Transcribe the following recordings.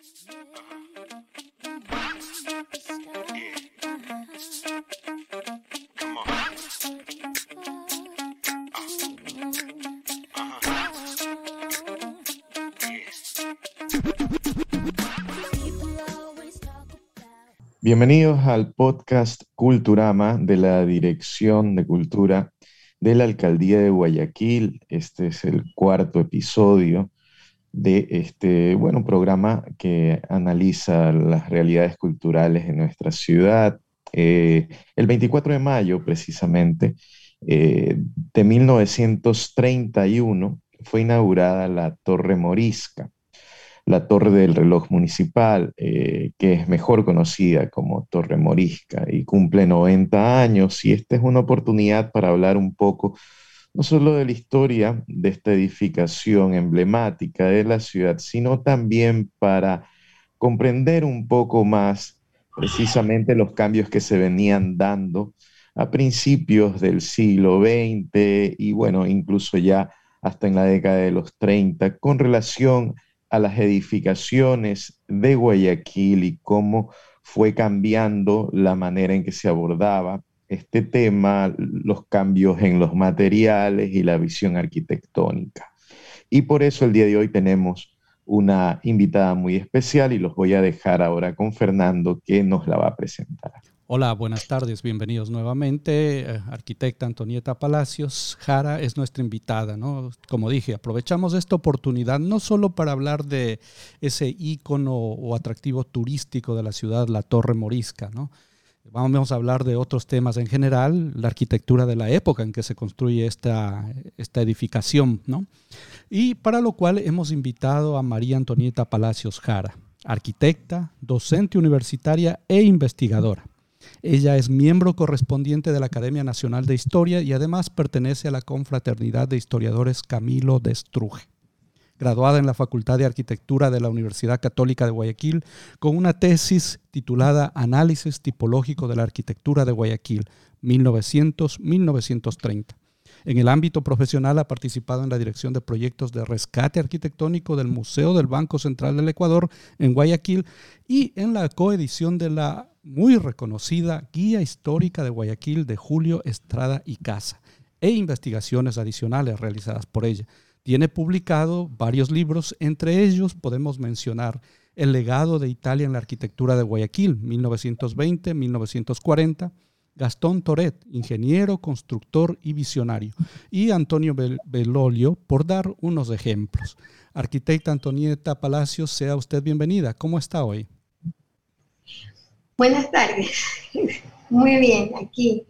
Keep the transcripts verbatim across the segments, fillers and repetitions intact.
Bienvenidos al podcast Culturama de la Dirección de Cultura de la Alcaldía de Guayaquil. Este es el cuarto episodio de este, bueno, programa que analiza las realidades culturales de nuestra ciudad. Eh, el veinticuatro de mayo, precisamente, eh, de mil novecientos treinta y uno, fue inaugurada la Torre Morisca, la Torre del Reloj Municipal, eh, que es mejor conocida como Torre Morisca, y cumple noventa años, y esta es una oportunidad para hablar un poco no solo de la historia de esta edificación emblemática de la ciudad, sino también para comprender un poco más precisamente los cambios que se venían dando a principios del siglo veinte y bueno, incluso ya hasta en la década de los treinta, con relación a las edificaciones de Guayaquil y cómo fue cambiando la manera en que se abordaba este tema, los cambios en los materiales y la visión arquitectónica. Y por eso el día de hoy tenemos una invitada muy especial y los voy a dejar ahora con Fernando, que nos la va a presentar. Hola, buenas tardes, bienvenidos nuevamente. Eh, arquitecta Antonieta Palacios Jara es nuestra invitada, ¿no? Como dije, aprovechamos esta oportunidad no solo para hablar de ese ícono o atractivo turístico de la ciudad, la Torre Morisca, ¿no? Vamos a hablar de otros temas en general, la arquitectura de la época en que se construye esta, esta edificación, ¿no? Y para lo cual hemos invitado a María Antonieta Palacios Jara, arquitecta, docente universitaria e investigadora. Ella es miembro correspondiente de la Academia Nacional de Historia y además pertenece a la Confraternidad de Historiadores Camilo de Estruje. Graduada en la Facultad de Arquitectura de la Universidad Católica de Guayaquil con una tesis titulada Análisis Tipológico de la Arquitectura de Guayaquil, mil novecientos a mil novecientos treinta. En el ámbito profesional ha participado en la dirección de proyectos de rescate arquitectónico del Museo del Banco Central del Ecuador en Guayaquil y en la coedición de la muy reconocida Guía Histórica de Guayaquil de Julio Estrada y Casa e investigaciones adicionales realizadas por ella. Tiene publicado varios libros, entre ellos podemos mencionar El legado de Italia en la arquitectura de Guayaquil, mil novecientos veinte a mil novecientos cuarenta, Gastón Toret, ingeniero, constructor y visionario, y Antonio Bellolio, por dar unos ejemplos. Arquitecta Antonieta Palacios, sea usted bienvenida. ¿Cómo está hoy? Buenas tardes. Muy bien, aquí.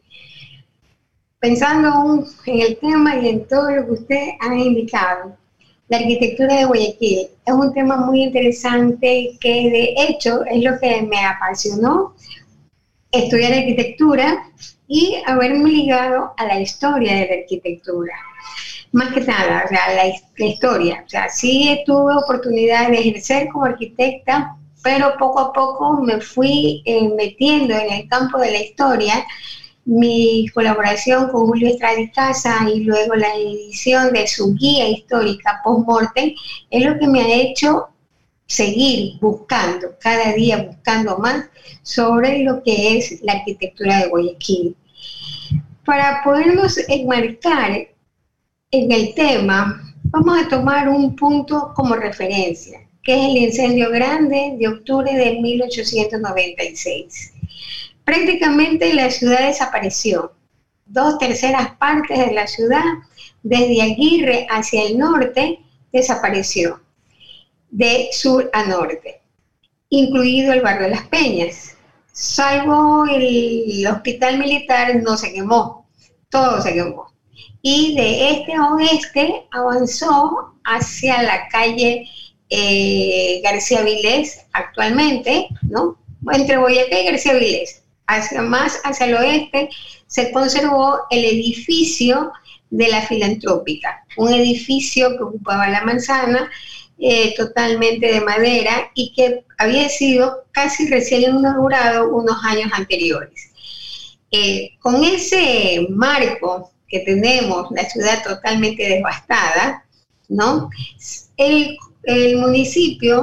Pensando en el tema y en todo lo que usted ha indicado, la arquitectura de Guayaquil es un tema muy interesante que de hecho es lo que me apasionó estudiar arquitectura y haberme ligado a la historia de la arquitectura. Más que nada, o sea, la, la historia. O sea, sí tuve oportunidad de ejercer como arquitecta, pero poco a poco me fui eh, metiendo en el campo de la historia. Mi colaboración con Julio Estrada y Casa y luego la edición de su guía histórica post-mortem es lo que me ha hecho seguir buscando, cada día buscando más sobre lo que es la arquitectura de Guayaquil. Para podernos enmarcar en el tema, vamos a tomar un punto como referencia, que es el incendio grande de octubre de mil ochocientos noventa y seis. Prácticamente la ciudad desapareció. Dos terceras partes de la ciudad, desde Aguirre hacia el norte, desapareció, de sur a norte, incluido el barrio de Las Peñas. Salvo el hospital militar, no se quemó, todo se quemó. Y de este a oeste avanzó hacia la calle eh, García Vilés actualmente, ¿no? Entre Boyacá y García Vilés. Hacia más hacia el oeste se conservó el edificio de la Filantrópica, un edificio que ocupaba la manzana, eh, totalmente de madera y que había sido casi recién inaugurado unos años anteriores. Eh, con ese marco que tenemos, la ciudad totalmente devastada, ¿no? El, el municipio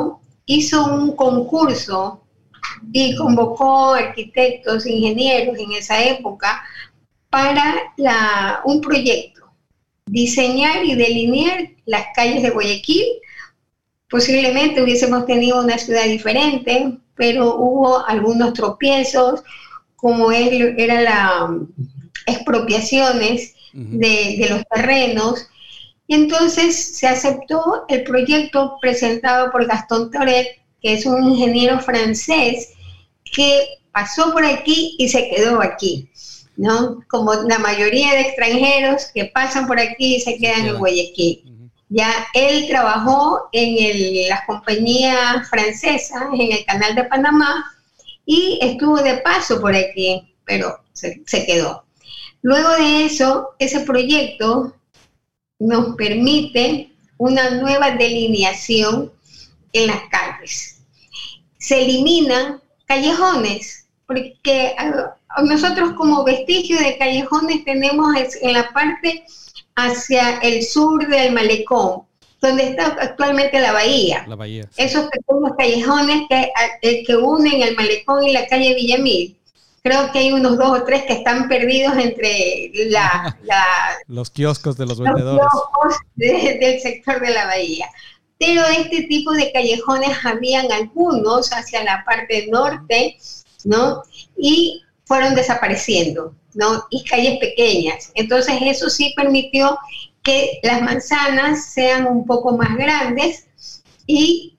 hizo un concurso y convocó arquitectos, ingenieros en esa época para la, un proyecto, diseñar y delinear las calles de Guayaquil. Posiblemente hubiésemos tenido una ciudad diferente, pero hubo algunos tropiezos, como es, era la expropiaciones uh-huh. de, de los terrenos. Y entonces se aceptó el proyecto presentado por Gaston Toret, que es un ingeniero francés que pasó por aquí y se quedó aquí, ¿no? Como la mayoría de extranjeros que pasan por aquí y se quedan en Guayaquil. Uh-huh. Ya él trabajó en el, las compañías francesas, en el Canal de Panamá, y estuvo de paso por aquí, pero se, se quedó. Luego de eso, ese proyecto nos permite una nueva delineación en las calles. Se eliminan callejones, porque nosotros como vestigio de callejones tenemos en la parte hacia el sur del malecón, donde está actualmente la bahía. La bahía sí. Esos pequeños callejones que, que unen el malecón y la calle Villamil. Creo que hay unos dos o tres que están perdidos entre la, la, los kioscos de los vendedores. Los kioscos de, del sector de la bahía. Pero este tipo de callejones habían algunos hacia la parte norte, ¿no? Y fueron desapareciendo, ¿no? Y calles pequeñas. Entonces eso sí permitió que las manzanas sean un poco más grandes y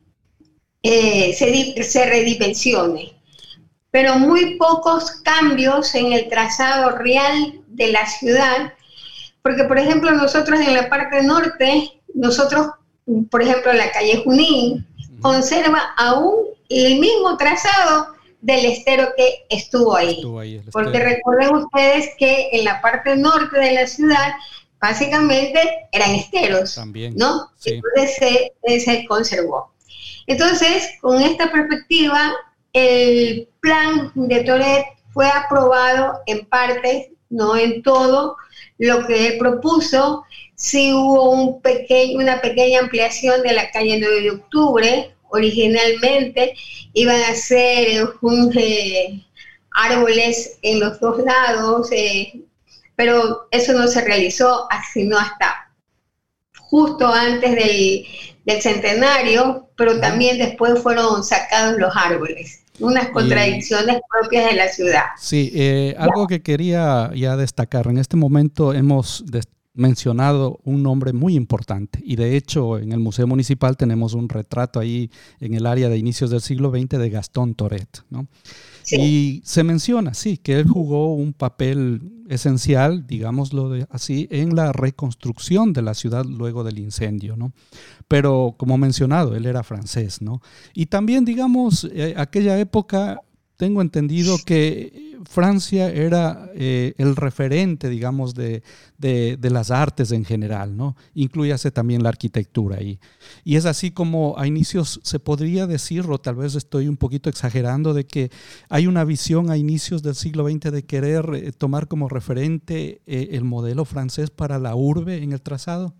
eh, se, se redimensione. Pero muy pocos cambios en el trazado real de la ciudad, porque por ejemplo nosotros en la parte norte, nosotros, por ejemplo la calle Junín, conserva aún el mismo trazado del estero que estuvo ahí. Estuvo ahí porque recuerden ustedes que en la parte norte de la ciudad básicamente eran esteros, también, ¿no? Sí. Entonces se, se conservó. Entonces, con esta perspectiva, el plan de Toret fue aprobado en parte, no en todo lo que él propuso. Sí hubo un pequeño, una pequeña ampliación de la calle nueve de octubre. Originalmente iban a ser un, eh, árboles en los dos lados, eh, pero eso no se realizó sino hasta justo antes del, del centenario, pero también después fueron sacados los árboles. Unas contradicciones y, propias de la ciudad. Sí, eh, algo que quería ya destacar. En este momento hemos de, mencionado un nombre muy importante y de hecho en el Museo Municipal tenemos un retrato ahí en el área de inicios del siglo veinte de Gaston Toret, ¿no? Sí. Y se menciona, sí, que él jugó un papel esencial, digámoslo de, así, en la reconstrucción de la ciudad luego del incendio, ¿no? Pero, como mencionado, él era francés, ¿no? Y también, digamos, eh, aquella época, tengo entendido que Francia era eh, el referente, digamos, de, de, de las artes en general, ¿no? Incluyase también la arquitectura ahí. Y es así como a inicios se podría decir, o tal vez estoy un poquito exagerando, de que hay una visión a inicios del siglo veinte de querer eh, tomar como referente eh, el modelo francés para la urbe en el trazado.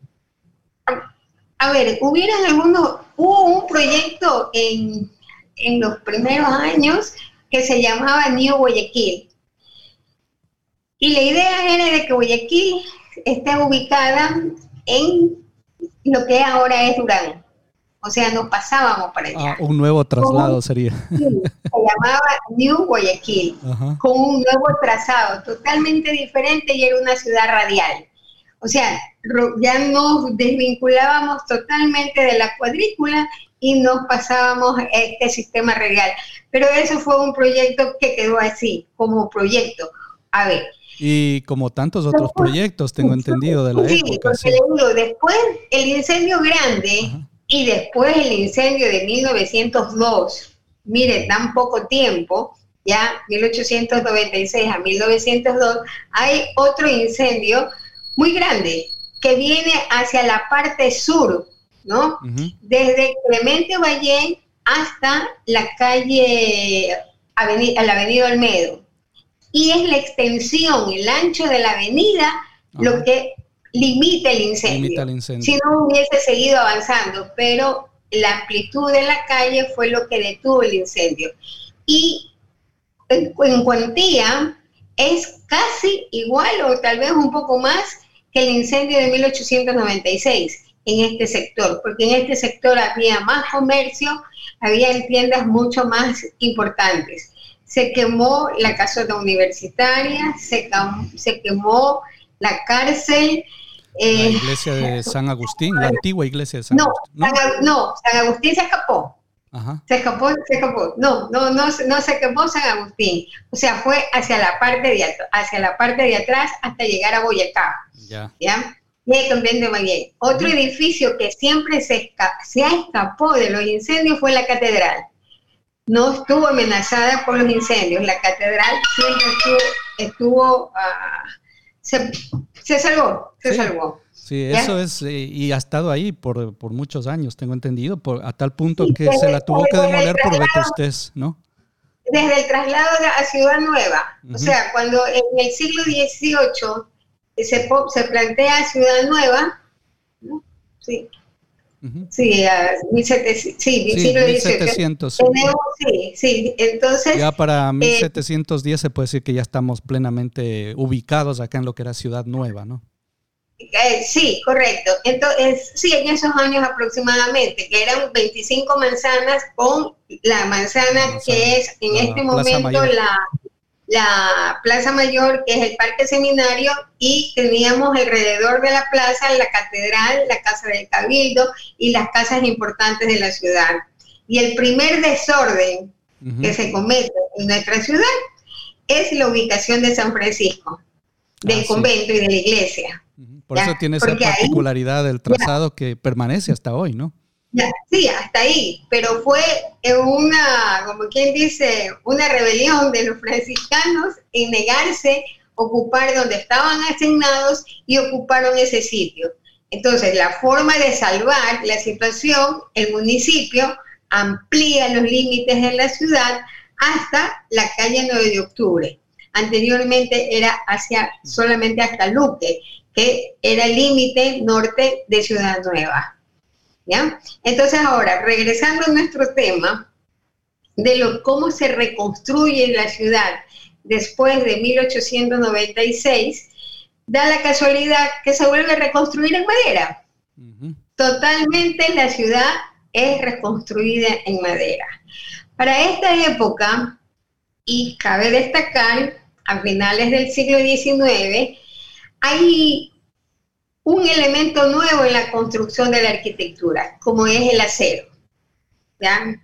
A ver, hubiera algunos, hubo un proyecto en... en los primeros años, que se llamaba New Guayaquil. Y la idea era de que Guayaquil esté ubicada en lo que ahora es Durán. O sea, nos pasábamos para allá. Ah, un nuevo traslado con, sería. Sí, se llamaba New Guayaquil, ajá, con un nuevo trazado totalmente diferente y era una ciudad radial. O sea, ya nos desvinculábamos totalmente de la cuadrícula y nos pasábamos a este sistema real. Pero eso fue un proyecto que quedó así, como proyecto. A ver. Y como tantos otros después, proyectos, tengo entendido, de la sí, época. Porque sí, le digo, después el incendio grande, ajá, y después el incendio de mil novecientos dos, mire, tan poco tiempo, ya mil ochocientos noventa y seis a mil novecientos dos, hay otro incendio muy grande que viene hacia la parte sur, ¿no? Uh-huh. Desde Clemente Ballén hasta la calle, avenida, la avenida Olmedo. Y es la extensión, el ancho de la avenida, uh-huh, lo que limita el incendio. Limita el incendio. Si no hubiese seguido avanzando, pero la amplitud de la calle fue lo que detuvo el incendio. Y en, en cuantía es casi igual o tal vez un poco más que el incendio de mil ochocientos noventa y seis en este sector, porque en este sector había más comercio, había tiendas mucho más importantes. Se quemó la casota universitaria, se, se quemó la cárcel. La eh, iglesia de San Agustín, la antigua iglesia de San no, Agustín. ¿No? San, no, San Agustín se escapó. Ajá. Se escapó, se escapó. No, no, no, no se quemó San Agustín. O sea, fue hacia la parte de, hacia la parte de atrás hasta llegar a Boyacá. Ya. ¿Ya? Y el convento de Maguey. Otro uh-huh. edificio que siempre se, esca se escapó de los incendios fue la catedral. No estuvo amenazada por los incendios. La catedral siempre estuvo, estuvo uh, se, se salvó, se sí. salvó. Sí, ¿Ya? eso es, eh, y ha estado ahí por, por muchos años, tengo entendido, por, a tal punto sí, que desde, se la tuvo que demoler por vetustés, ¿no? Desde el traslado a Ciudad Nueva. Uh-huh. O sea, cuando en el siglo dieciocho se, se plantea Ciudad Nueva, ¿no? Sí. Uh-huh. Sí, uh, mil setecientos, sí, sí, siglo mil setecientos. dieciocho. Tenemos, sí, sí, entonces... Ya para mil setecientos diez eh, se puede decir que ya estamos plenamente ubicados acá en lo que era Ciudad Nueva, ¿no? Eh, sí, correcto. Entonces, sí, en esos años aproximadamente, que eran veinticinco manzanas con la manzana, la manzana que es en este momento la, la Plaza Mayor, que es el Parque Seminario, y teníamos alrededor de la plaza la catedral, la Casa del Cabildo y las casas importantes de la ciudad. Y el primer desorden uh-huh. que se comete en nuestra ciudad es la ubicación de San Francisco, del ah, convento sí. y de la iglesia. Por ya, eso tiene esa particularidad ahí, del trazado ya, que permanece hasta hoy, ¿no? Ya, sí, hasta ahí, pero fue una, como quien dice, una rebelión de los franciscanos en negarse a ocupar donde estaban asignados y ocuparon ese sitio. Entonces, la forma de salvar la situación, el municipio amplía los límites de la ciudad hasta la calle nueve de octubre. Anteriormente era hacia solamente hasta Luque, que era el límite norte de Ciudad Nueva. ¿Ya? Entonces ahora, regresando a nuestro tema de lo, cómo se reconstruye la ciudad después de mil ochocientos noventa y seis, da la casualidad que se vuelve a reconstruir en madera. Uh-huh. Totalmente la ciudad es reconstruida en madera. Para esta época, y cabe destacar, a finales del siglo diecinueve, hay un elemento nuevo en la construcción de la arquitectura, como es el acero. ¿Ya?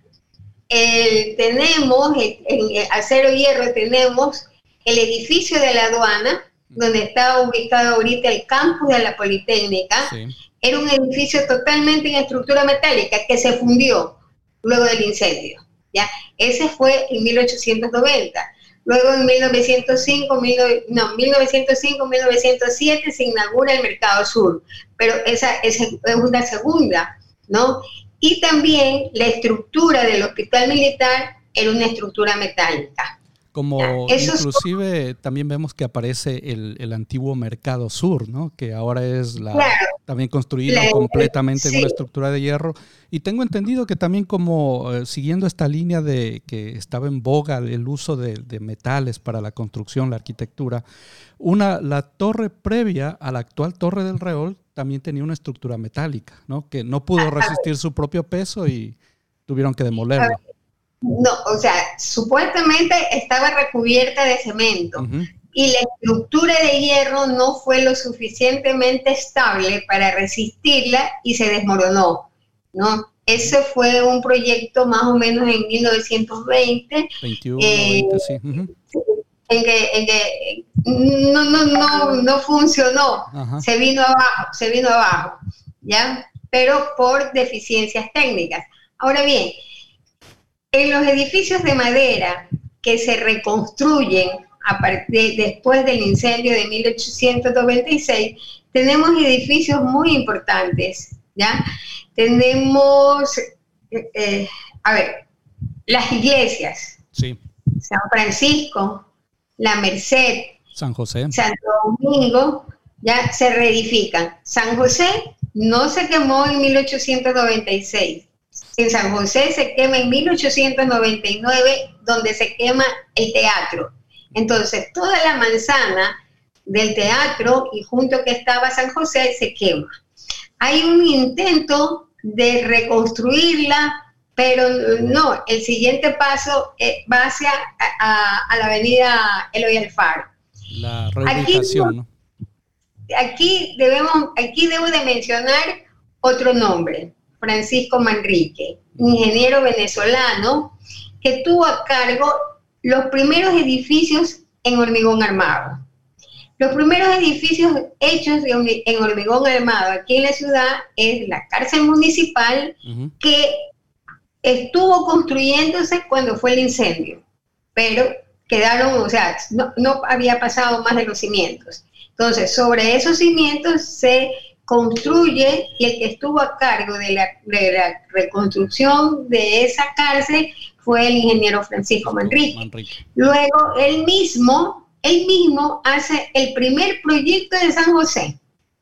El, tenemos, el, el acero hierro, tenemos el edificio de la aduana, donde está ubicado ahorita el campus de la Politécnica. Sí. Era un edificio totalmente en estructura metálica que se fundió luego del incendio. ¿Ya? Ese fue en mil ochocientos noventa. Luego en mil novecientos cinco, mil, no, mil novecientos cinco, mil novecientos siete se inaugura el Mercado Sur, pero esa, esa es una segunda, ¿no? Y también la estructura del hospital militar era una estructura metálica. Como Eso inclusive es... también vemos que aparece el, el antiguo Mercado Sur, ¿no? Que ahora es la, claro, también construido la, completamente sí. en una estructura de hierro. Y tengo entendido que también como eh, siguiendo esta línea de que estaba en boga el uso de, de metales para la construcción, la arquitectura, una, la torre previa a la actual Torre del Reol también tenía una estructura metálica, ¿no? Que no pudo resistir su propio peso y tuvieron que demolerla. No, o sea, supuestamente estaba recubierta de cemento uh-huh. y la estructura de hierro no fue lo suficientemente estable para resistirla y se desmoronó, ¿no? Ese fue un proyecto más o menos en mil novecientos veinte. veintiuno, eh, veinte, sí. Uh-huh. En que, en que no, no, no, no funcionó, uh-huh. se vino abajo, se vino abajo, ¿ya? Pero por deficiencias técnicas. Ahora bien, en los edificios de madera que se reconstruyen a partir, después del incendio de mil ochocientos noventa y seis, tenemos edificios muy importantes, ¿ya? Tenemos, eh, a ver, las iglesias, sí. San Francisco, La Merced, San José, Santo Domingo, ya se reedifican. San José no se quemó en mil ochocientos noventa y seis. en San José se quema en mil ochocientos noventa y nueve, donde se quema el teatro. Entonces, toda la manzana del teatro y junto que estaba San José se quema. Hay un intento de reconstruirla, pero no, el siguiente paso va hacia a, a la avenida Eloy Alfaro. La reubicación, aquí, ¿no? Aquí, debemos, aquí debo de mencionar otro nombre, Francisco Manrique, ingeniero venezolano que tuvo a cargo los primeros edificios en hormigón armado. Los primeros edificios hechos de, en hormigón armado aquí en la ciudad es la cárcel municipal, uh-huh, que estuvo construyéndose cuando fue el incendio, pero quedaron, o sea, no, no había pasado más de los cimientos. Entonces, sobre esos cimientos se construye, y el que estuvo a cargo de la, de la reconstrucción de esa cárcel fue el ingeniero Francisco Manrique. Manrique. Luego, él mismo, él mismo hace el primer proyecto de San José,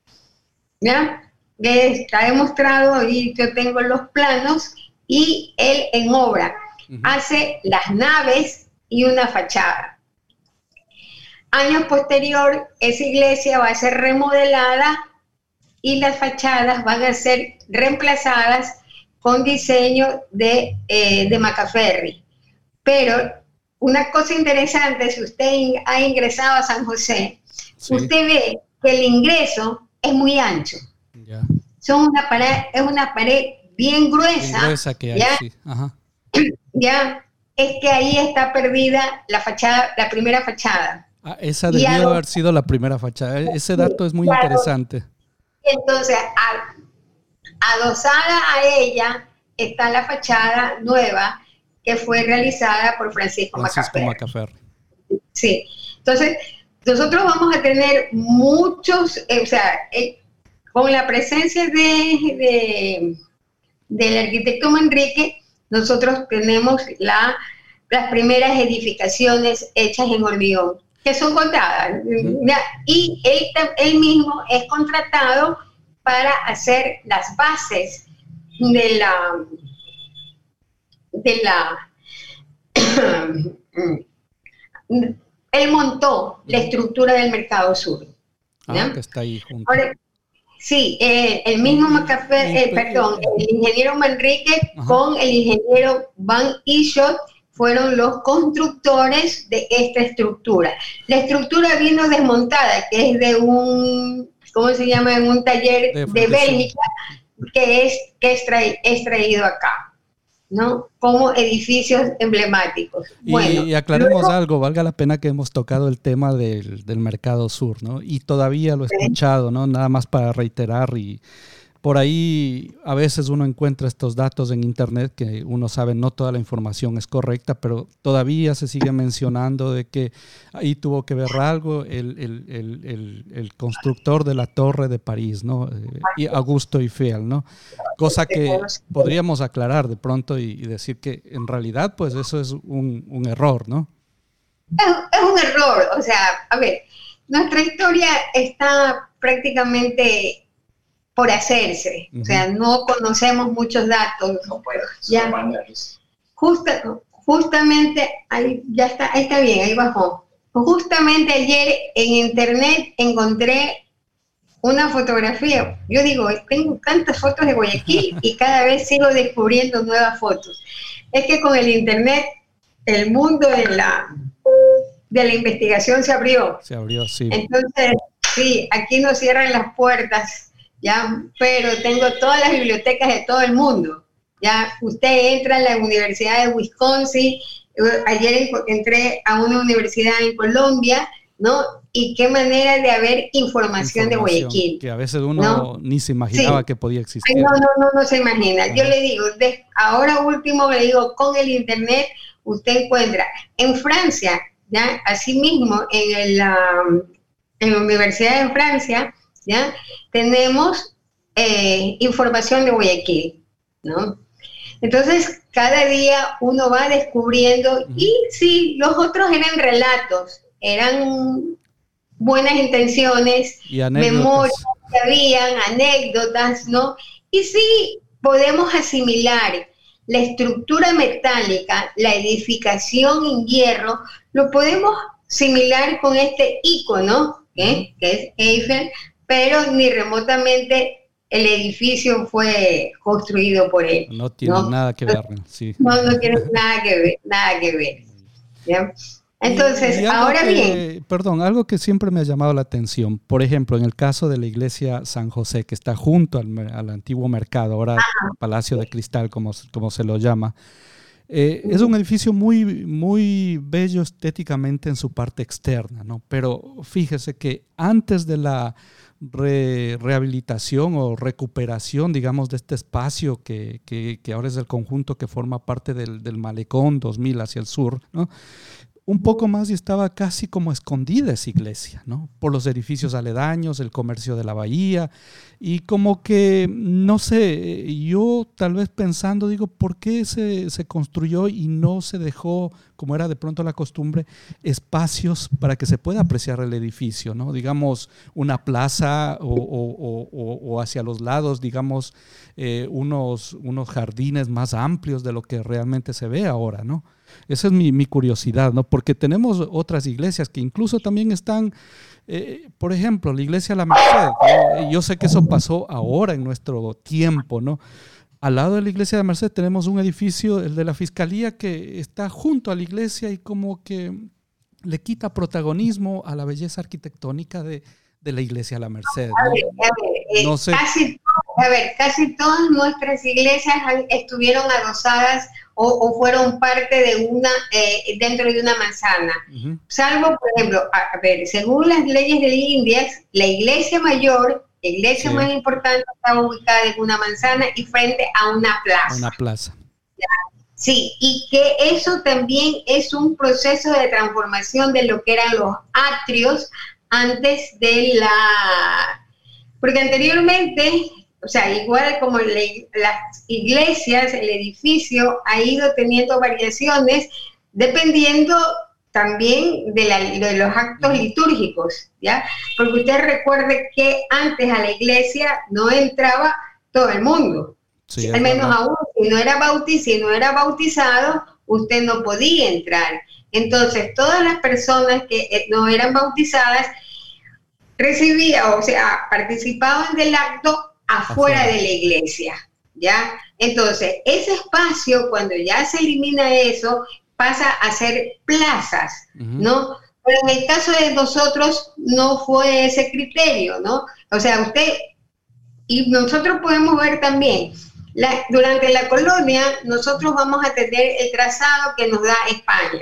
¿ya? Que está demostrado, y yo tengo los planos, y él en obra uh-huh. hace las naves y una fachada. Años posterior, esa iglesia va a ser remodelada y las fachadas van a ser reemplazadas con diseño de, eh, de Macaferri. Pero una cosa interesante, si usted ha ingresado a San José, sí, usted ve que el ingreso es muy ancho. Ya. Son una pared, es una pared bien gruesa. Bien gruesa que hay, ¿ya? Sí. Ajá. Ya, es que ahí está perdida la fachada, la primera fachada. Ah, esa debió ado- haber sido la primera fachada. Ese dato es muy claro. interesante. Entonces, a, adosada a ella está la fachada nueva que fue realizada por Francisco, Francisco Macaferri. Macaferri. Sí, entonces nosotros vamos a tener muchos, eh, o sea, eh, con la presencia de, de, del arquitecto Manrique, nosotros tenemos la, las primeras edificaciones hechas en hormigón, que son contadas, uh-huh. y él, él mismo es contratado para hacer las bases de la de la él montó la estructura del Mercado Sur. Ah, que está ahí junto. Ahora, sí, eh, el mismo Macaferri, eh, perdón, el ingeniero Manrique Ajá. con el ingeniero Van Ishot fueron los constructores de esta estructura. La estructura vino desmontada, que es de un, ¿cómo se llama? En un taller de, de Bélgica, que es, que es, tra, es traído acá, ¿no? Como edificios emblemáticos. Y, bueno, y aclaremos luego, algo, valga la pena que hemos tocado el tema del, del Mercado Sur, ¿no? Y todavía lo he escuchado, ¿no? Nada más para reiterar, y por ahí a veces uno encuentra estos datos en internet que uno sabe no toda la información es correcta, pero todavía se sigue mencionando de que ahí tuvo que ver algo el, el, el, el, el constructor de la Torre de París, ¿no? Y Augusto Eiffel, ¿no? Cosa que podríamos aclarar de pronto y, y decir que en realidad pues eso es un, un error, ¿no? Es, es un error, o sea, a ver, nuestra historia está prácticamente por hacerse, uh-huh. o sea, no conocemos muchos datos. No puedo, ya, justa, justamente, ahí ya está, ahí está bien, ahí bajó. Justamente ayer en internet encontré una fotografía. Yo digo, tengo tantas fotos de Guayaquil y cada vez sigo descubriendo nuevas fotos. Es que con el internet el mundo de la, de la investigación se abrió. Se abrió, sí. Entonces, sí, aquí nos cierran las puertas. Ya, pero tengo todas las bibliotecas de todo el mundo. Ya, usted entra a la Universidad de Wisconsin, ayer entré a una universidad en Colombia, ¿no? Y qué manera de haber información, información de Guayaquil. Que a veces uno ¿no? ni se imaginaba sí. que podía existir. No, no, no, no se imagina. Ajá. Yo le digo, de, ahora último le digo, con el internet usted encuentra en Francia, ya, así mismo en, el, um, en la Universidad de Francia, ¿ya? Tenemos eh, información de Guayaquil, ¿no? Entonces, cada día uno va descubriendo, uh-huh. y sí, los otros eran relatos, eran buenas intenciones, memorias que habían, anécdotas, ¿no? Y sí, podemos asimilar la estructura metálica, la edificación en hierro, lo podemos similar con este icono, ¿eh? que es Eiffel, pero ni remotamente el edificio fue construido por él. No tiene ¿no? nada que ver. Sí. No, no tiene nada que ver, nada que ver. ¿Ya? Entonces, y, y ahora que, bien. Perdón, algo que siempre me ha llamado la atención, por ejemplo, en el caso de la iglesia San José, que está junto al, al antiguo mercado, ahora Ajá. Palacio de Cristal, como, como se lo llama, eh, es un edificio muy, muy bello estéticamente en su parte externa, ¿no? Pero fíjese que antes de la Re, rehabilitación o recuperación, digamos, de este espacio que, que, que ahora es el conjunto que forma parte del, del Malecón dos mil hacia el sur, ¿no? Un poco más y estaba casi como escondida esa iglesia, ¿no? Por los edificios aledaños, el comercio de la bahía, y como que, no sé, yo tal vez pensando, digo, ¿por qué se, se construyó y no se dejó, como era de pronto la costumbre, espacios para que se pueda apreciar el edificio, ¿no? Digamos, una plaza o, o, o, o hacia los lados, digamos, eh, unos, unos jardines más amplios de lo que realmente se ve ahora, ¿no? Esa es mi, mi curiosidad, ¿no? Porque tenemos otras iglesias que incluso también están, eh, por ejemplo, la iglesia La Merced, ¿no? Yo sé que eso pasó ahora en nuestro tiempo, ¿no? Al lado de la iglesia de la Merced tenemos un edificio, el de la Fiscalía, que está junto a la iglesia y como que le quita protagonismo a la belleza arquitectónica de, de la iglesia de la Merced, ¿no? A ver, a ver, eh, no sé. casi, a ver, casi todas nuestras iglesias estuvieron adosadas o, o fueron parte de una, eh, dentro de una manzana. Uh-huh. Salvo, por ejemplo, a, a ver, según las leyes de Indias, la iglesia mayor, la iglesia sí. más importante, estaba ubicada en una manzana y frente a una plaza. Una plaza. ¿Ya? Sí, y que eso también es un proceso de transformación de lo que eran los atrios antes de la... Porque anteriormente, o sea, igual como le, las iglesias, el edificio ha ido teniendo variaciones dependiendo también de, la, de los actos litúrgicos, ¿ya? Porque usted recuerde que antes a la iglesia no entraba todo el mundo. Sí, al menos verdad. Aún, si no era bautiz, si no era bautizado, usted no podía entrar. Entonces, todas las personas que no eran bautizadas recibían, o sea, participaban del acto afuera, afuera de la iglesia, ¿ya? Entonces, ese espacio, cuando ya se elimina eso, pasa a ser plazas, uh-huh. ¿no? Pero en el caso de nosotros no fue ese criterio, ¿no? O sea, usted, y nosotros podemos ver también, la, durante la colonia, nosotros vamos a tener el trazado que nos da España.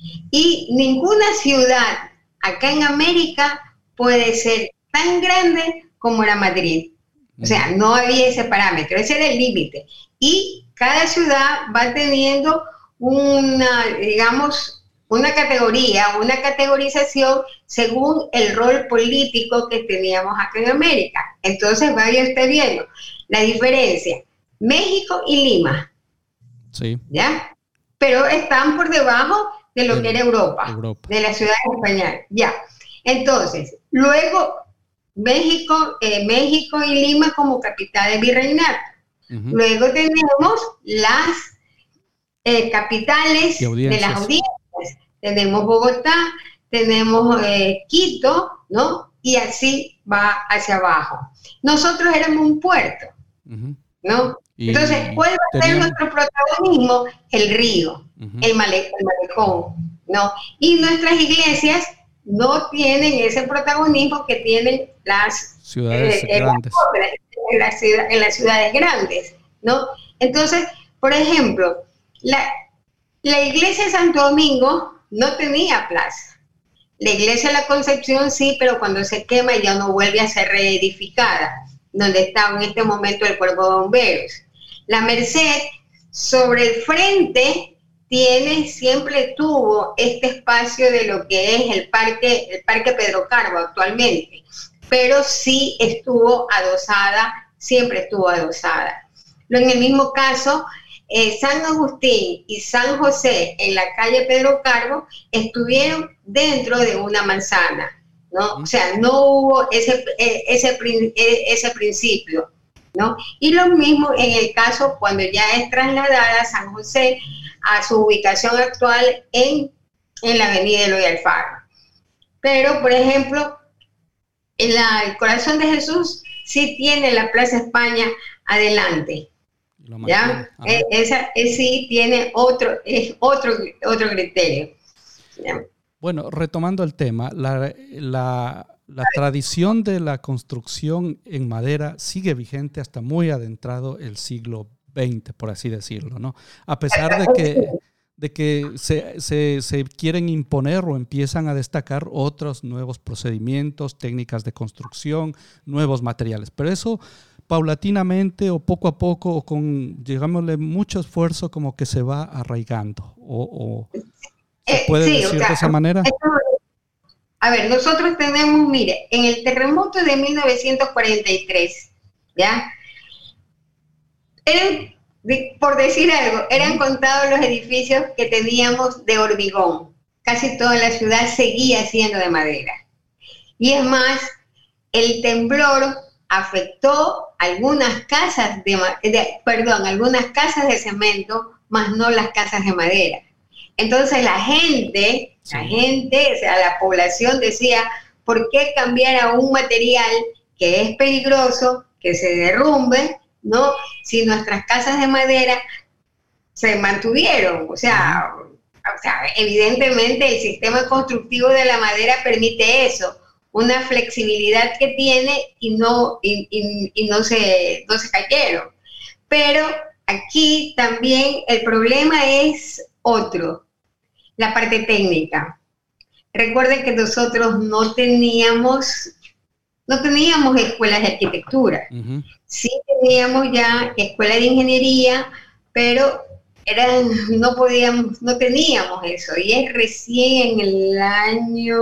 Y ninguna ciudad acá en América puede ser tan grande como era Madrid. O sea, no había ese parámetro, ese era el límite. Y cada ciudad va teniendo una, digamos, una categoría, una categorización según el rol político que teníamos acá en América. Entonces, vaya usted viendo la diferencia. México y Lima. Sí. ¿Ya? Pero están por debajo de lo de que era Europa, Europa, de la ciudad española. Ya. Entonces, luego México, eh, México y Lima como capital de virreinato. Uh-huh. Luego tenemos las eh, capitales de las audiencias. Tenemos Bogotá, tenemos eh, Quito, ¿no? Y así va hacia abajo. Nosotros éramos un puerto, uh-huh. ¿no? Y entonces, ¿cuál va a ser nuestro protagonismo? El río, uh-huh. el, male, el malecón, ¿no? Y nuestras iglesias no tienen ese protagonismo que tienen las ciudades eh, grandes. En, la ciudad, en las ciudades grandes, ¿no? Entonces, por ejemplo, la, la iglesia de Santo Domingo no tenía plaza. La iglesia de la Concepción sí, pero cuando se quema ya no vuelve a ser reedificada, donde está en este momento el cuerpo de bomberos. La Merced, sobre el frente, tiene, siempre tuvo este espacio de lo que es el parque, el parque Pedro Carbo actualmente, pero sí estuvo adosada, siempre estuvo adosada. En el mismo caso, eh, San Agustín y San José en la calle Pedro Carbo estuvieron dentro de una manzana, ¿no? O sea, no hubo ese, ese, ese principio, ¿no? Y lo mismo en el caso cuando ya es trasladada San José a su ubicación actual en, en la avenida Eloy Alfaro. Pero, por ejemplo, en la, el Corazón de Jesús sí tiene la Plaza España adelante. ¿Ya? Eh, esa eh, sí tiene otro, es otro, otro criterio. ¿Ya? Bueno, retomando el tema, la, la, la tradición de la construcción en madera sigue vigente hasta muy adentrado el siglo veinte, por así decirlo, ¿no? A pesar de que, de que se, se, se quieren imponer o empiezan a destacar otros nuevos procedimientos, técnicas de construcción, nuevos materiales. Pero eso paulatinamente o poco a poco o con, digámosle, mucho esfuerzo como que se va arraigando. O, o ¿se puede eh, sí, decir o sea, de esa manera? Esto, a ver, nosotros tenemos, mire, en el terremoto de mil novecientos cuarenta y tres, ¿ya? Eran, por decir algo, eran contados los edificios que teníamos de hormigón. Casi toda la ciudad seguía siendo de madera. Y es más, el temblor afectó algunas casas de, de perdón, algunas casas de cemento, más no las casas de madera. Entonces la gente, sí. la gente, o sea, la población decía, ¿por qué cambiar a un material que es peligroso, que se derrumbe, ¿no? Si nuestras casas de madera se mantuvieron, o sea, o sea, evidentemente el sistema constructivo de la madera permite eso, una flexibilidad que tiene y no, y, y, y no, se, no se cayeron. Pero aquí también el problema es otro, la parte técnica. Recuerden que nosotros no teníamos, no teníamos escuelas de arquitectura. Uh-huh. Sí teníamos ya escuelas de ingeniería, pero eran, no podíamos, no teníamos eso. Y es recién en el año...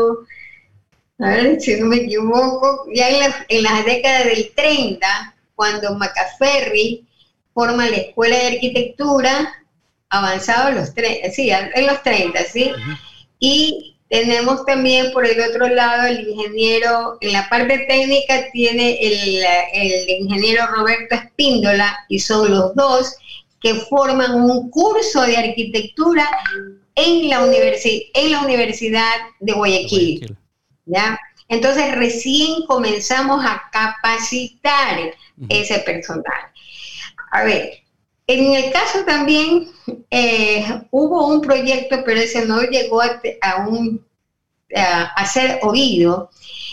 A ver, si no me equivoco, ya en, la, en las décadas del treinta, cuando Macaferri forma la Escuela de Arquitectura, avanzado en los, tre- sí, en los treinta, ¿sí? Uh-huh. Y tenemos también por el otro lado el ingeniero, en la parte técnica tiene el, el ingeniero Roberto Espíndola, y son los dos que forman un curso de arquitectura en la, universi- en la Universidad de Guayaquil. Guayaquil. ¿Ya? Entonces recién comenzamos a capacitar uh-huh. ese personal. A ver, en el caso también eh, hubo un proyecto, pero ese no llegó a, a, un, a, a ser oído.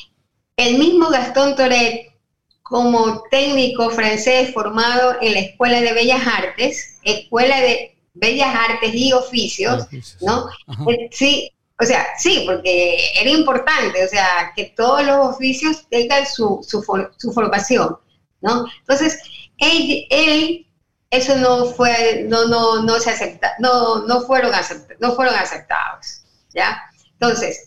El mismo Gastón Toret, como técnico francés formado en la Escuela de Bellas Artes, Escuela de Bellas Artes y Oficios, ¿no? Uh-huh. Eh, sí. O sea, sí, porque era importante, o sea, que todos los oficios tengan su, su, for, su formación, ¿no? Entonces, él, él eso no fue, no, no, no se acepta, no, no fueron aceptados, no fueron aceptados, ¿ya? Entonces,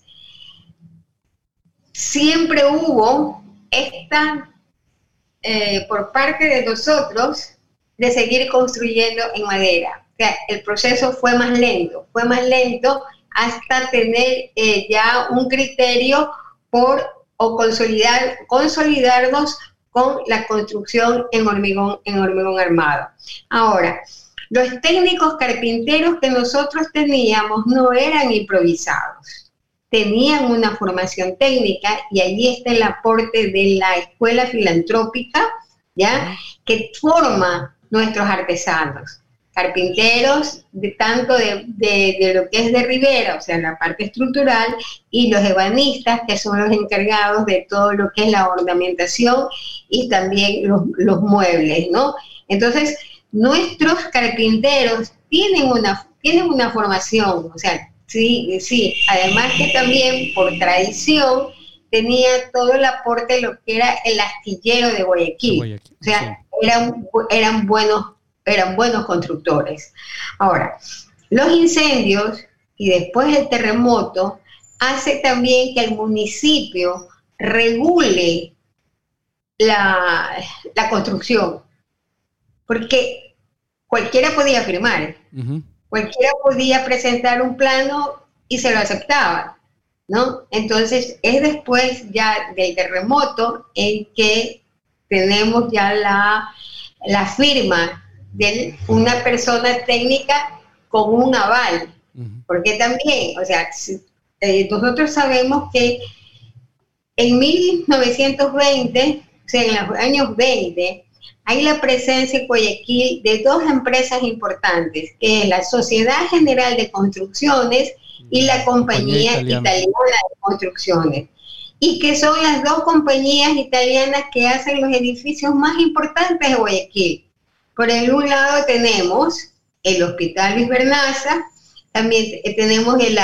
siempre hubo esta, eh, por parte de nosotros, de seguir construyendo en madera. O sea, el proceso fue más lento, fue más lento, hasta tener eh, ya un criterio por o consolidar, consolidarnos con la construcción en hormigón, en hormigón armado. Ahora, los técnicos carpinteros que nosotros teníamos no eran improvisados, tenían una formación técnica y allí está el aporte de la escuela filantrópica, ¿ya? Que forma nuestros artesanos. Carpinteros, de tanto de, de, de lo que es de ribera, o sea, la parte estructural, y los ebanistas, que son los encargados de todo lo que es la ornamentación y también los, los muebles, ¿no? Entonces, nuestros carpinteros tienen una, tienen una formación, o sea, sí, sí, además que también por tradición tenía todo el aporte de lo que era el astillero de Guayaquil, Guayaquil o sea, sí. eran, eran buenos eran buenos constructores. Ahora, los incendios y después el terremoto hace también que el municipio regule la, la construcción, porque cualquiera podía firmar, uh-huh. cualquiera podía presentar un plano y se lo aceptaban, ¿no? Entonces, es después ya del terremoto en que tenemos ya la, la firma de una persona técnica con un aval, uh-huh. Porque también, o sea, eh, nosotros sabemos que en mil novecientos veinte, o sea, en los años veinte, hay la presencia en Guayaquil de dos empresas importantes, que es la Sociedad General de Construcciones y la Compañía, Compañía Italiana de Construcciones, y que son las dos compañías italianas que hacen los edificios más importantes de Guayaquil. Por el un lado tenemos el Hospital Luis Bernaza, también tenemos el,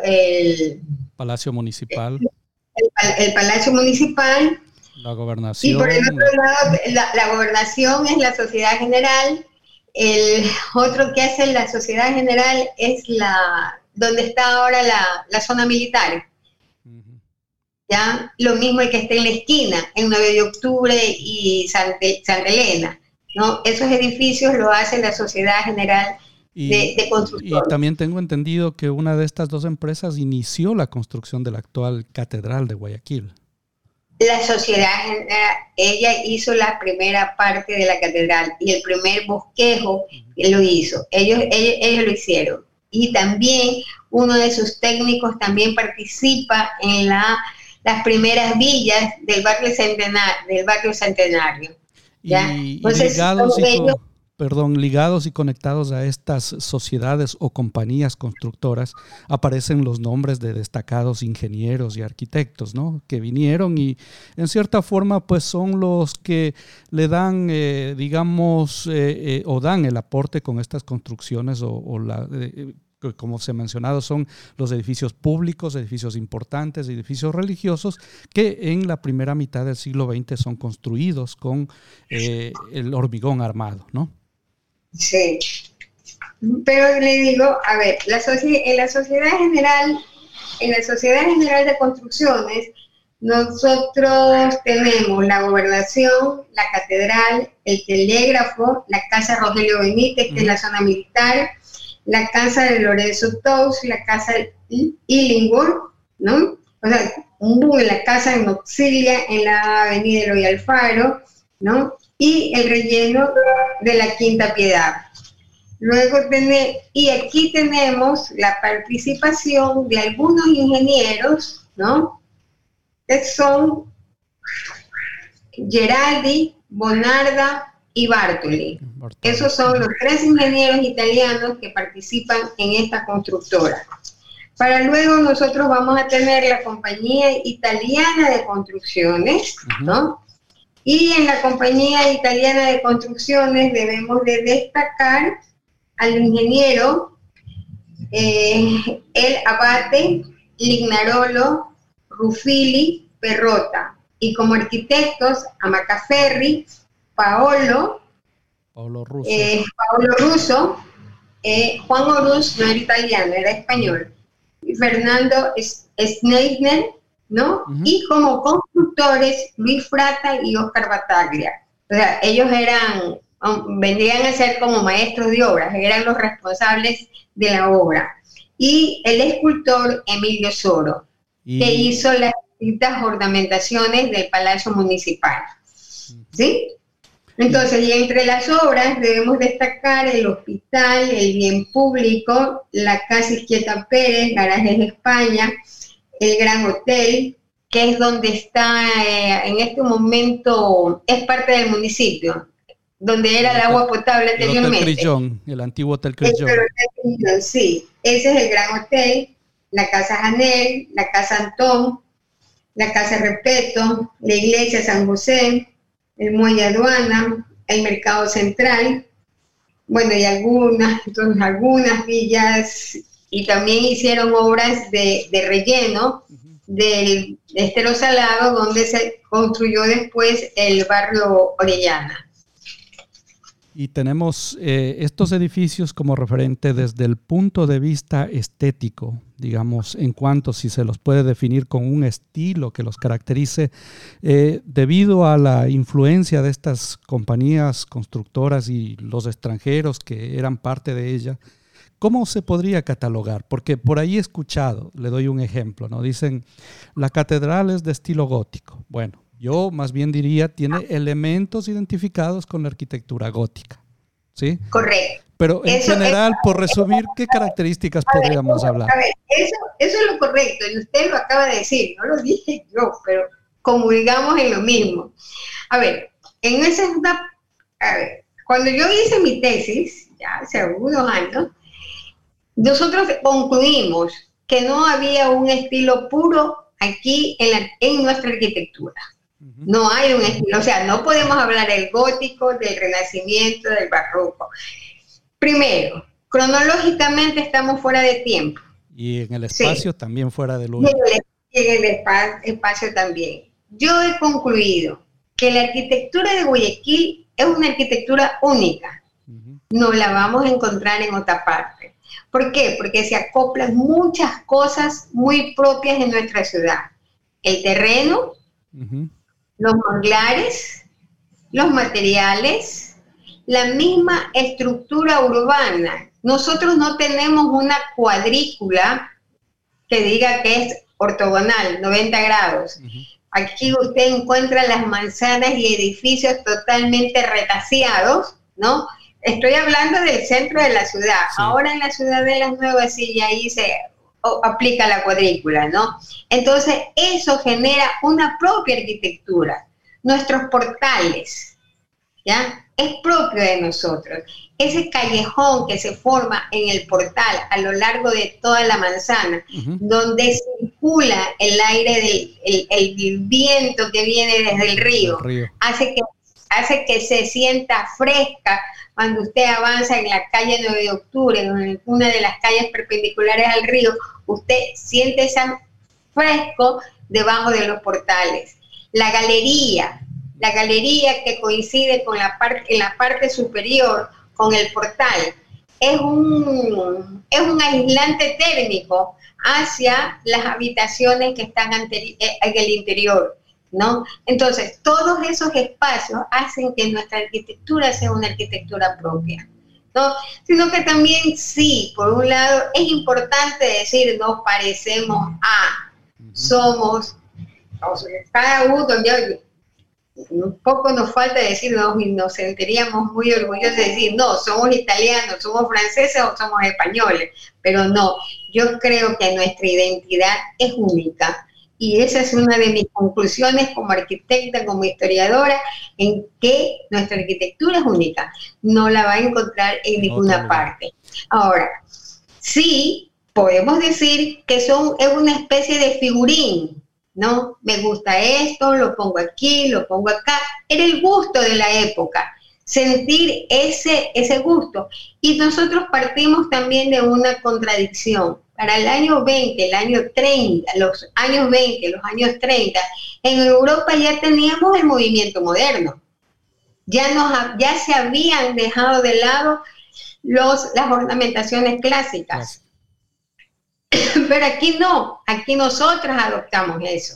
el Palacio Municipal, el, el, el Palacio Municipal, la Gobernación, y por el otro lado la, la Gobernación es la Sociedad General. El otro que hace la Sociedad General es la donde está ahora la, la zona militar. Uh-huh. Ya, lo mismo el que está en la esquina, en nueve de octubre y Santa, Santa Elena, ¿no? Esos edificios lo hace la Sociedad General y, de, de Construcción. Y también tengo entendido que una de estas dos empresas inició la construcción de la actual Catedral de Guayaquil. La Sociedad General, ella hizo la primera parte de la catedral y el primer bosquejo lo hizo, ellos, ellos, ellos lo hicieron. Y también uno de sus técnicos también participa en la, las primeras villas del barrio Centenario. Del barrio Centenario ¿ya? Y, Entonces, y ligados, y ellos, con, perdón, ligados y conectados a estas sociedades o compañías constructoras aparecen los nombres de destacados ingenieros y arquitectos, ¿no? Que vinieron y en cierta forma pues son los que le dan, eh, digamos, eh, eh, o dan el aporte con estas construcciones o, o la... Eh, como se ha mencionado, son los edificios públicos, edificios importantes, edificios religiosos, que en la primera mitad del siglo veinte son construidos con eh, el hormigón armado, ¿no? Sí, pero le digo, a ver, la en la Sociedad General, en la Sociedad General de Construcciones, nosotros tenemos la Gobernación, la Catedral, el Telégrafo, la Casa Rogelio Benítez, que uh-huh. es la zona militar, la casa de Lorenzo Tous, la casa de Illingworth, ¿no? O sea, la casa de Noxilia en la avenida Eloy Alfaro, ¿no? Y el relleno de la Quinta Piedad. Luego tenemos, y aquí tenemos la participación de algunos ingenieros, ¿no? Que son Geraldi, Bonarda y Bartoli. Esos son los tres ingenieros italianos que participan en esta constructora. Para luego nosotros vamos a tener la Compañía Italiana de Construcciones, ¿no? Y en la Compañía Italiana de Construcciones debemos de destacar al ingeniero eh, El Abate, Lignarolo, Ruffili, Perrota. Y como arquitectos a Macaferri, Paolo, Paolo Russo, eh, Paolo Russo eh, Juan Oruz no era italiano, era español, y Fernando Schneidner, ¿no? Uh-huh. Y como constructores, Luis Frata y Oscar Bataglia. O sea, ellos eran, um, vendrían a ser como maestros de obras, eran los responsables de la obra. Y el escultor Emilio Soro, y... que hizo las distintas ornamentaciones del Palacio Municipal. ¿Sí? Entonces, y entre las obras debemos destacar el hospital, el bien público, la Casa Izquieta Pérez, Garajes de España, el Gran Hotel, que es donde está, eh, en este momento, es parte del municipio, donde era el agua potable anteriormente. El Hotel Crillon, el antiguo Hotel Crillon. El Hotel Crillon, sí. Ese es el Gran Hotel, la Casa Janel, la Casa Antón, la Casa Repeto, la Iglesia San José, el Muelle Aduana, el Mercado Central, bueno, y algunas, entonces, algunas villas, y también hicieron obras de, de relleno uh-huh. del Estero Salado, donde se construyó después el barrio Orellana. Y tenemos eh, estos edificios como referente desde el punto de vista estético, digamos, en cuanto si se los puede definir con un estilo que los caracterice, eh, debido a la influencia de estas compañías constructoras y los extranjeros que eran parte de ella. ¿Cómo se podría catalogar? Porque por ahí he escuchado, le doy un ejemplo, ¿no? Dicen, la catedral es de estilo gótico. Bueno, Yo más bien diría, tiene elementos identificados con la arquitectura gótica. ¿Sí? Correcto. Pero en eso, general, eso, por resumir, ¿qué características ver, podríamos eso, hablar? A ver, eso, eso es lo correcto, y usted lo acaba de decir, no lo dije yo, pero comulgamos en lo mismo. A ver, en esa es una, a ver, cuando yo hice mi tesis, ya hace algunos años, nosotros concluimos que no había un estilo puro aquí en, la, en nuestra arquitectura. No hay un estilo, o sea, no podemos hablar del gótico, del renacimiento, del barroco. Primero, cronológicamente estamos fuera de tiempo. Y en el espacio sí. también fuera de lugar. Y en el espacio, espacio también. Yo he concluido que la arquitectura de Guayaquil es una arquitectura única. Uh-huh. No la vamos a encontrar en otra parte. ¿Por qué? Porque se acoplan muchas cosas muy propias de nuestra ciudad. El terreno, uh-huh. los manglares, los materiales, la misma estructura urbana. Nosotros no tenemos una cuadrícula que diga que es ortogonal, noventa grados. Uh-huh. Aquí usted encuentra las manzanas y edificios totalmente retaseados, ¿no? Estoy hablando del centro de la ciudad. Sí. Ahora en la ciudad de las nuevas sí, ya ahí se o, aplica la cuadrícula, ¿no? Entonces eso genera una propia arquitectura. Nuestros portales, ¿ya? Es propio de nosotros. Ese callejón que se forma en el portal a lo largo de toda la manzana, uh-huh. donde circula el aire, del, el, el viento que viene desde el río, el río. Hace, que, hace que se sienta fresca cuando usted avanza en la calle nueve de octubre, en una de las calles perpendiculares al río, usted siente ese fresco debajo de los portales. La galería, la galería que coincide con la parte, en la parte superior con el portal, es un, es un aislante térmico hacia las habitaciones que están anteri- en el interior, ¿no? Entonces, todos esos espacios hacen que nuestra arquitectura sea una arquitectura propia, ¿no? Sino que también sí, por un lado, es importante decir, nos parecemos a, somos, o sea, cada uno, yo, un poco nos falta decir, nos, nos sentiríamos muy orgullosos de decir, no, somos italianos, somos franceses o somos españoles, pero no, yo creo que nuestra identidad es única y esa es una de mis conclusiones como arquitecta, como historiadora, en que nuestra arquitectura es única, no la va a encontrar en ninguna parte. Ahora, sí podemos decir que son, es una especie de figurín, ¿no? Me gusta esto, lo pongo aquí, lo pongo acá. Era el gusto de la época, sentir ese, ese gusto. Y nosotros partimos también de una contradicción. Para el año veinte, el año treinta, los años veinte, los años treinta, en Europa ya teníamos el movimiento moderno. Ya, nos, ya se habían dejado de lado los, las ornamentaciones clásicas. Pero aquí no, aquí nosotras adoptamos eso.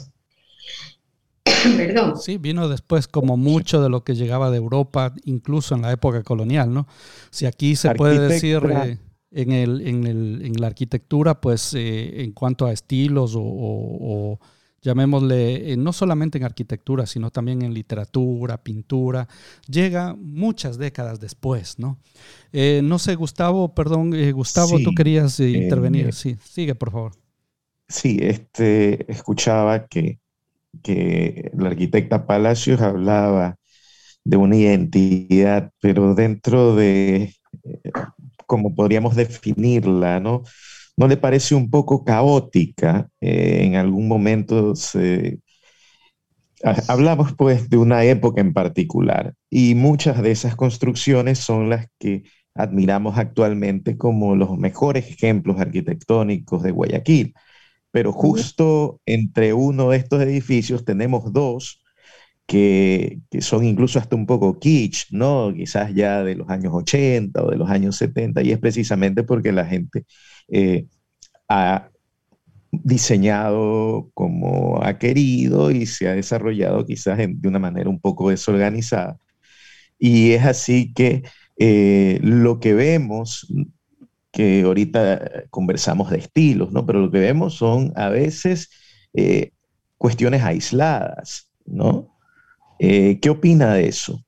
Perdón. Sí, vino después como mucho de lo que llegaba de Europa, incluso en la época colonial, ¿no? Si aquí se puede decir eh, en, el, en, el, en la arquitectura, pues eh, en cuanto a estilos o, o, o llamémosle, eh, no solamente en arquitectura, sino también en literatura, pintura, llega muchas décadas después, ¿no? Eh, no sé, Gustavo, perdón, eh, Gustavo, sí, tú querías eh, intervenir. Eh, sí, sigue, por favor. Sí, este, escuchaba que, que la arquitecta Palacios hablaba de una identidad, pero dentro de, eh, ¿cómo podríamos definirla, no? ¿No le parece un poco caótica? Eh, en algún momento se... Hablamos pues de una época en particular y muchas de esas construcciones son las que admiramos actualmente como los mejores ejemplos arquitectónicos de Guayaquil. Pero justo entre uno de estos edificios tenemos dos que, que son incluso hasta un poco kitsch, ¿no? Quizás ya de los años ochenta o de los años setenta, y es precisamente porque la gente eh, ha diseñado como ha querido y se ha desarrollado quizás en, de una manera un poco desorganizada. Y es así que eh, lo que vemos, que ahorita conversamos de estilos, ¿no? Pero lo que vemos son a veces eh, cuestiones aisladas, ¿no? Eh, ¿Qué opina de eso?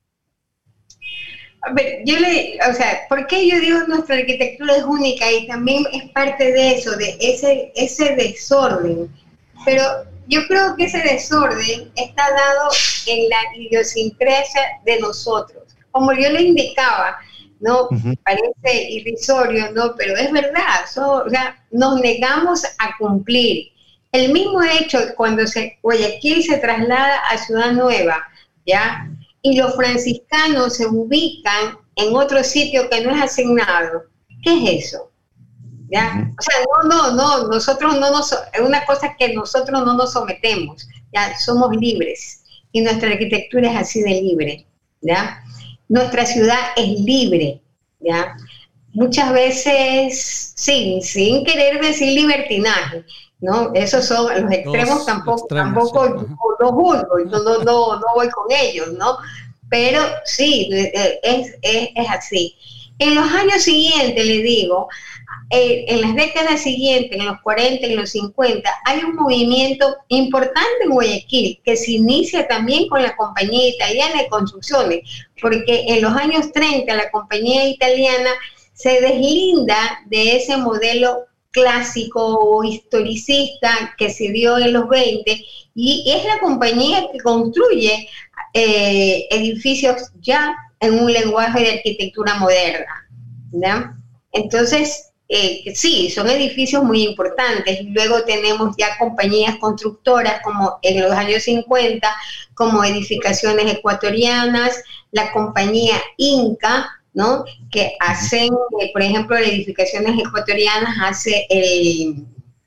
A ver, yo le, o sea, ¿por qué yo digo nuestra arquitectura es única? Y también es parte de eso, de ese, ese desorden. Pero yo creo que ese desorden está dado en la idiosincrasia de nosotros. Como yo le indicaba, ¿no? Uh-huh. Parece irrisorio, ¿no? Pero es verdad, so, o sea, nos negamos a cumplir. El mismo hecho cuando se, Guayaquil se traslada a Ciudad Nueva, ¿ya? Y los franciscanos se ubican en otro sitio que no es asignado. ¿Qué es eso? ¿Ya? O sea, no, no, no, nosotros no nos, es una cosa que nosotros no nos sometemos, ¿ya? Somos libres y nuestra arquitectura es así de libre, ¿ya? Nuestra ciudad es libre, ¿ya? Muchas veces, sin, sin querer decir libertinaje, ¿no? Esos son los extremos, los tampoco, extremos, tampoco sí. Los juzgo, no, no, no, no voy con ellos, ¿no? Pero sí, es, es, es así. En los años siguientes, le digo, eh, en las décadas siguientes, en los cuarenta, en los cincuenta, hay un movimiento importante en Guayaquil que se inicia también con la Compañía Italiana de Construcciones, porque en los años treinta la Compañía Italiana se deslinda de ese modelo clásico o historicista que se dio en los veinte y es la compañía que construye eh, edificios ya en un lenguaje de arquitectura moderna, ¿no? Entonces, eh, sí, son edificios muy importantes. Luego tenemos ya compañías constructoras como en los años cincuenta, como Edificaciones Ecuatorianas, la compañía Inca, ¿no? Que hacen, eh, por ejemplo, las Edificaciones Ecuatorianas hace el,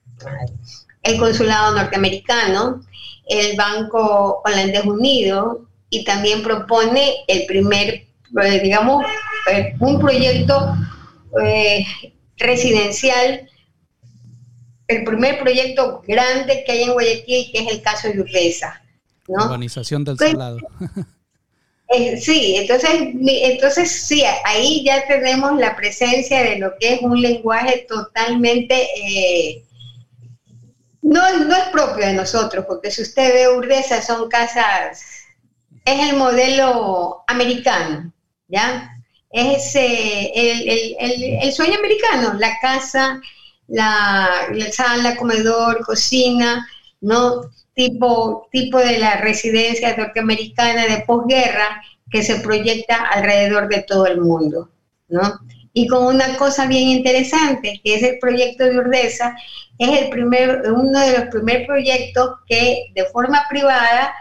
el Consulado Norteamericano, el Banco Holandés Unido, y también propone el primer, eh, digamos, eh, un proyecto eh, residencial, el primer proyecto grande que hay en Guayaquil, que es el caso de Urdesa, ¿no? Urbanización del Salado. Eh, sí, entonces, entonces sí, ahí ya tenemos la presencia de lo que es un lenguaje totalmente, eh, no, no es propio de nosotros, porque si usted ve Urdesa son casas, es el modelo americano, ¿ya? Es eh, el, el, el, el sueño americano, la casa, la, la sala, comedor, cocina, ¿no? Tipo, tipo de la residencia norteamericana de posguerra que se proyecta alrededor de todo el mundo, ¿no? Y con una cosa bien interesante, que es el proyecto de Urdesa, es el primer, uno de los primeros proyectos que de forma privada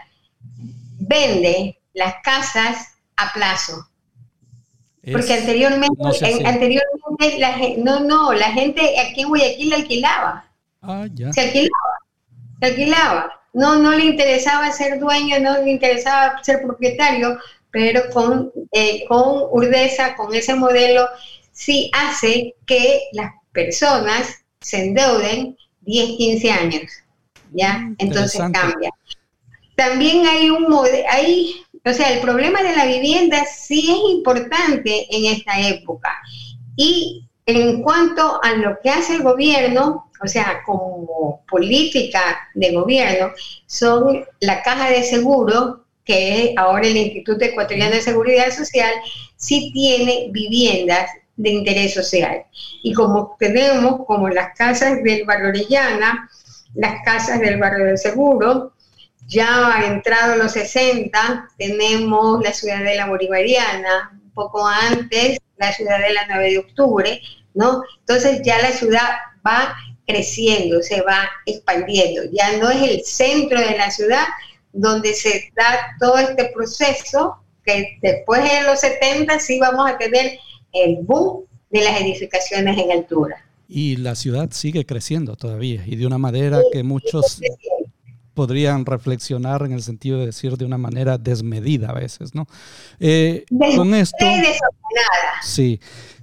vende las casas a plazo. Es, Porque anteriormente, no sé si... anteriormente la, no, no, la gente aquí en Guayaquil alquilaba. Ah, ya. Se alquilaba, se alquilaba. No, no le interesaba ser dueño, no le interesaba ser propietario, pero con, eh, con Urdesa, con ese modelo, sí hace que las personas se endeuden diez, quince años, ¿ya? Entonces cambia. También hay un modelo, hay, o sea, el problema de la vivienda sí es importante en esta época. Y en cuanto a lo que hace el gobierno, o sea, como política de gobierno, son la Caja de Seguro, que es ahora el Instituto Ecuatoriano de Seguridad Social, sí tiene viviendas de interés social. Y como tenemos, como las casas del barrio Orellana, las casas del barrio del Seguro, ya entrado los sesenta, tenemos la Ciudadela Bolivariana, un poco antes la Ciudadela nueve de octubre, ¿no? Entonces ya la ciudad va creciendo, se va expandiendo. Ya no es el centro de la ciudad donde se da todo este proceso, que después de los setenta sí vamos a tener el boom de las edificaciones en altura. Y la ciudad sigue creciendo todavía, y de una manera sí, que muchos podrían reflexionar en el sentido de decir de una manera desmedida a veces, ¿no? Eh, con esto, desordenada. Sí.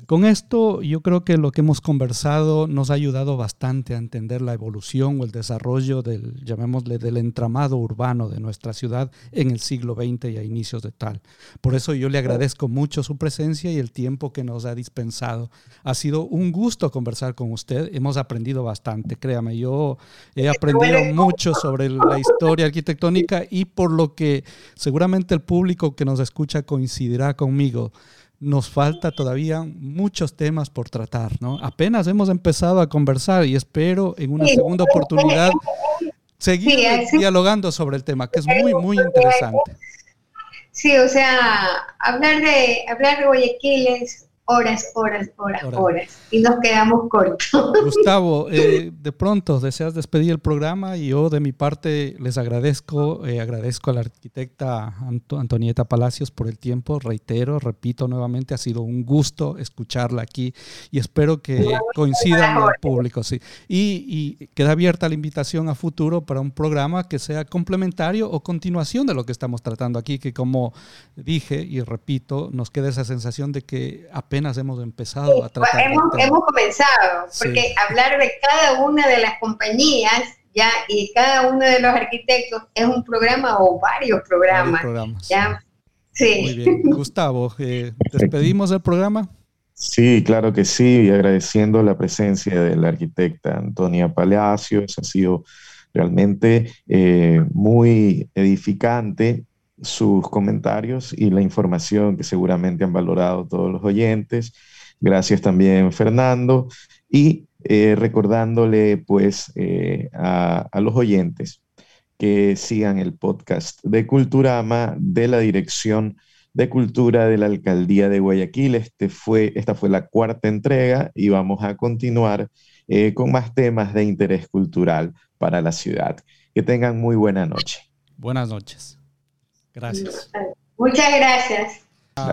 Con esto yo creo que lo que hemos conversado nos ha ayudado bastante a entender la evolución o el desarrollo del, llamémosle, del entramado urbano de nuestra ciudad en el siglo veinte y a inicios de tal. Por eso yo le agradezco mucho su presencia y el tiempo que nos ha dispensado. Ha sido un gusto conversar con usted, hemos aprendido bastante, créame, yo he aprendido mucho sobre la historia arquitectónica y por lo que seguramente el público que nos escucha coincidirá conmigo. Nos falta todavía muchos temas por tratar, ¿no? Apenas hemos empezado a conversar y espero en una segunda oportunidad seguir sí, dialogando sobre el tema, que es muy, muy interesante. Sí, o sea, hablar de, hablar de Guayaquil es horas, horas, horas, horas, horas, y nos quedamos cortos. Gustavo, eh, de pronto deseas despedir el programa y yo de mi parte les agradezco, eh, agradezco a la arquitecta Ant- Antonieta Palacios por el tiempo, reitero, repito nuevamente, ha sido un gusto escucharla aquí y espero que coincidan el público, sí. Y, y queda abierta la invitación a futuro para un programa que sea complementario o continuación de lo que estamos tratando aquí, que como dije y repito, nos queda esa sensación de que apenas hemos empezado sí, a tratar. Hemos, hemos comenzado, porque sí. hablar de cada una de las compañías ya y cada uno de los arquitectos es un programa o varios programas. Varios programas. ¿Ya? Sí. Muy bien. Gustavo, eh, ¿despedimos el programa? Sí, claro que sí, y agradeciendo la presencia de la arquitecta Antonia Palacios, ha sido realmente eh, muy edificante sus comentarios y la información que seguramente han valorado todos los oyentes. Gracias también, Fernando. Y eh, recordándole pues eh, a, a los oyentes que sigan el podcast de Culturama de la Dirección de Cultura de la Alcaldía de Guayaquil. Este fue, esta fue la cuarta entrega y vamos a continuar eh, con más temas de interés cultural para la ciudad. Que tengan muy buena noche. Buenas noches. Gracias. Muchas gracias.